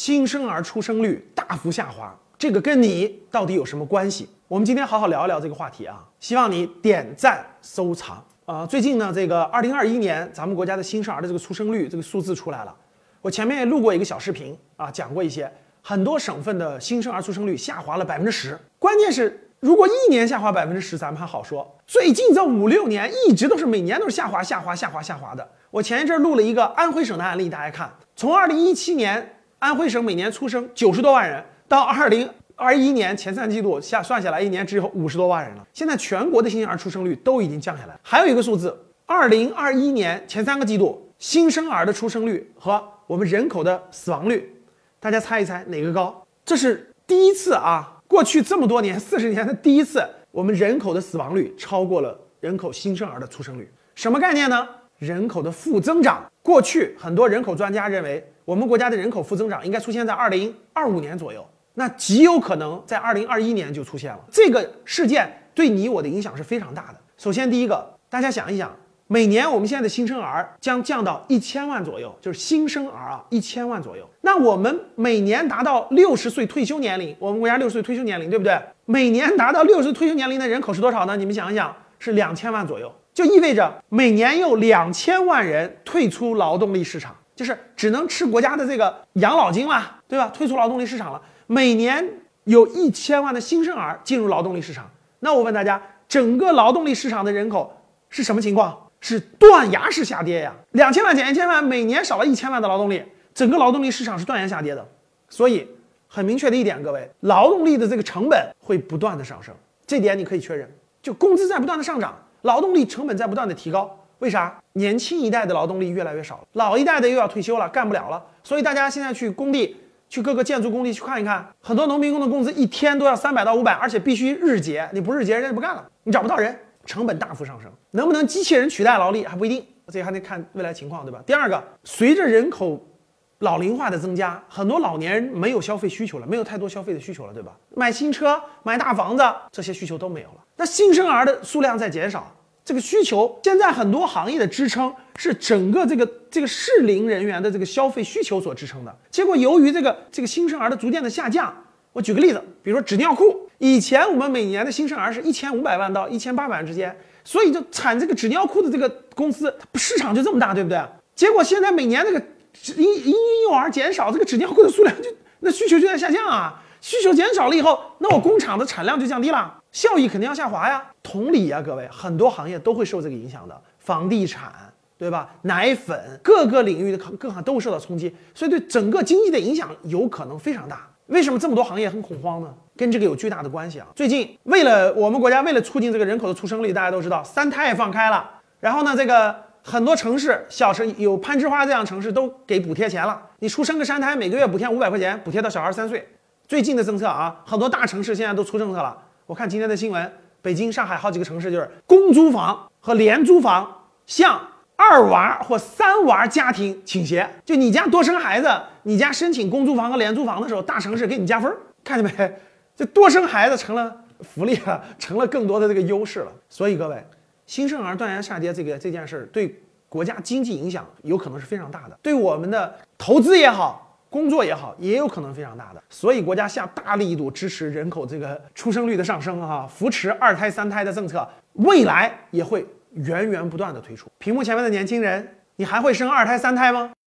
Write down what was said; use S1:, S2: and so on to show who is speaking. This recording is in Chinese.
S1: 新生儿出生率大幅下滑，这个跟你到底有什么关系？我们今天好好聊一聊这个话题啊，希望你点赞收藏。最近呢，这个2021年咱们国家的新生儿的这个出生率这个数字出来了，我前面也录过一个小视频啊，讲过一些很多省份的新生儿出生率下滑了10%，关键是如果一年下滑10%，咱们还好说，最近这5、6年一直都是每年都是下滑的。我前一阵录了一个安徽省的案例，大家看，从2017年安徽省每年出生90多万人，到2021年前3季度算下来，一年只有50多万人了。现在全国的新生儿出生率都已经降下来。还有一个数字，2021年前3个季度新生儿的出生率和我们人口的死亡率，大家猜一猜哪个高？这是第一次啊，过去这么多年40年的第一次，我们人口的死亡率超过了人口新生儿的出生率。什么概念呢？人口的负增长。过去很多人口专家认为，我们国家的人口负增长应该出现在2025年左右，那极有可能在2021年就出现了。这个事件对你我的影响是非常大的。首先第一个，大家想一想，每年我们现在的新生儿将降到1000万左右，就是新生儿啊，1000万左右。那我们每年达到60岁退休年龄，我们国家60岁退休年龄，对不对？每年达到60岁退休年龄的人口是多少呢？你们想一想，是2000万左右，就意味着每年有2000万人退出劳动力市场，就是只能吃国家的这个养老金了，对吧？退出劳动力市场了。每年有1000万的新生儿进入劳动力市场。那我问大家，整个劳动力市场的人口是什么情况？是断崖式下跌呀！2000万减1000万，每年少了1000万的劳动力，整个劳动力市场是断崖下跌的。所以很明确的一点，各位，劳动力的这个成本会不断的上升，这点你可以确认。就工资在不断的上涨，劳动力成本在不断的提高。为啥？年轻一代的劳动力越来越少了，老一代的又要退休了，干不了了。所以大家现在去工地，去各个建筑工地去看一看，很多农民工的工资一天都要300到500，而且必须日结，你不日结人家就不干了，你找不到人，成本大幅上升。能不能机器人取代劳力还不一定，这还得看未来情况，对吧？第二个，随着人口老龄化的增加，很多老年人没有消费需求了，没有太多消费的需求了，对吧？买新车、买大房子，这些需求都没有了。那新生儿的数量在减少，这个需求，现在很多行业的支撑是整个这个适龄人员的这个消费需求所支撑的。结果由于这个新生儿的逐渐的下降，我举个例子，比如说纸尿裤，以前我们每年的新生儿是1500万到1800万之间，所以就产这个纸尿裤的这个公司，市场就这么大，对不对？结果现在每年这个婴幼儿减少，这个纸尿裤的数量那需求就在下降啊。需求减少了以后，那我工厂的产量就降低了，效益肯定要下滑呀。同理呀，各位，很多行业都会受这个影响的，房地产，对吧？奶粉，各个领域的各行都会受到冲击，所以对整个经济的影响有可能非常大。为什么这么多行业很恐慌呢？跟这个有巨大的关系啊。最近我们国家为了促进这个人口的出生率，大家都知道3胎也放开了，然后呢，这个很多城市小城有攀枝花这样的城市都给补贴钱了，你出生个3胎，每个月补贴500块钱，补贴到小孩3岁。最近的政策啊，很多大城市现在都出政策了。我看今天的新闻，北京、上海好几个城市就是公租房和廉租房向2娃或3娃家庭倾斜。就你家多生孩子，你家申请公租房和廉租房的时候，大城市给你加分，看见没？就多生孩子成了福利了，成了更多的这个优势了。所以各位，新生儿断崖下跌这件事对国家经济影响有可能是非常大的，对我们的投资也好，工作也好，也有可能非常大的。所以国家下大力度支持人口这个出生率的上升啊，扶持2胎3胎的政策，未来也会源源不断的推出。屏幕前面的年轻人，你还会生2胎3胎吗？